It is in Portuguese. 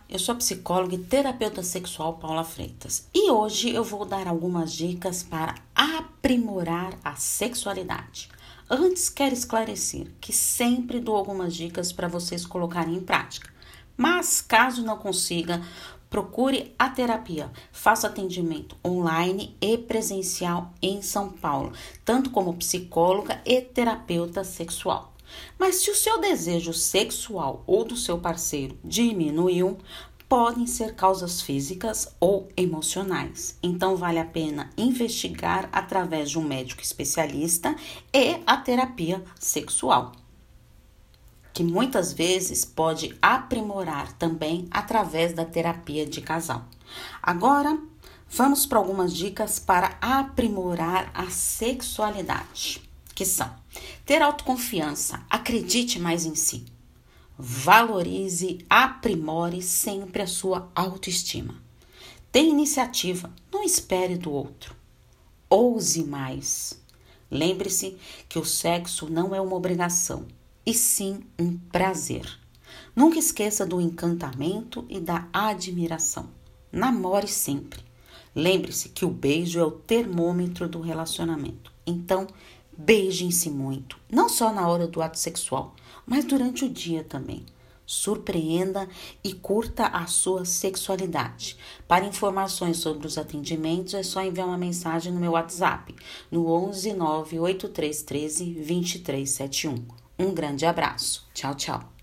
eu sou psicóloga e terapeuta sexual Paula Freitas e hoje eu vou dar algumas dicas para aprimorar a sexualidade. Antes, quero esclarecer que sempre dou algumas dicas para vocês colocarem em prática, mas caso não consiga, procure a terapia. Faço atendimento online e presencial em São Paulo, tanto como psicóloga e terapeuta sexual. Mas se o seu desejo sexual ou do seu parceiro diminuiu, podem ser causas físicas ou emocionais. Então vale a pena investigar através de um médico especialista e a terapia sexual, que muitas vezes pode aprimorar também através da terapia de casal. Agora, vamos para algumas dicas para aprimorar a sexualidade, que são: ter autoconfiança, acredite mais em si, valorize, aprimore sempre a sua autoestima, tenha iniciativa, não espere do outro, ouse mais. Lembre-se que o sexo não é uma obrigação, e sim um prazer. Nunca esqueça do encantamento e da admiração. Namore sempre. Lembre-se que o beijo é o termômetro do relacionamento. Então, beijem-se muito, não só na hora do ato sexual, mas durante o dia também. Surpreenda e curta a sua sexualidade. Para informações sobre os atendimentos, é só enviar uma mensagem no meu WhatsApp, no 11 98313 2371. Um grande abraço. Tchau, tchau.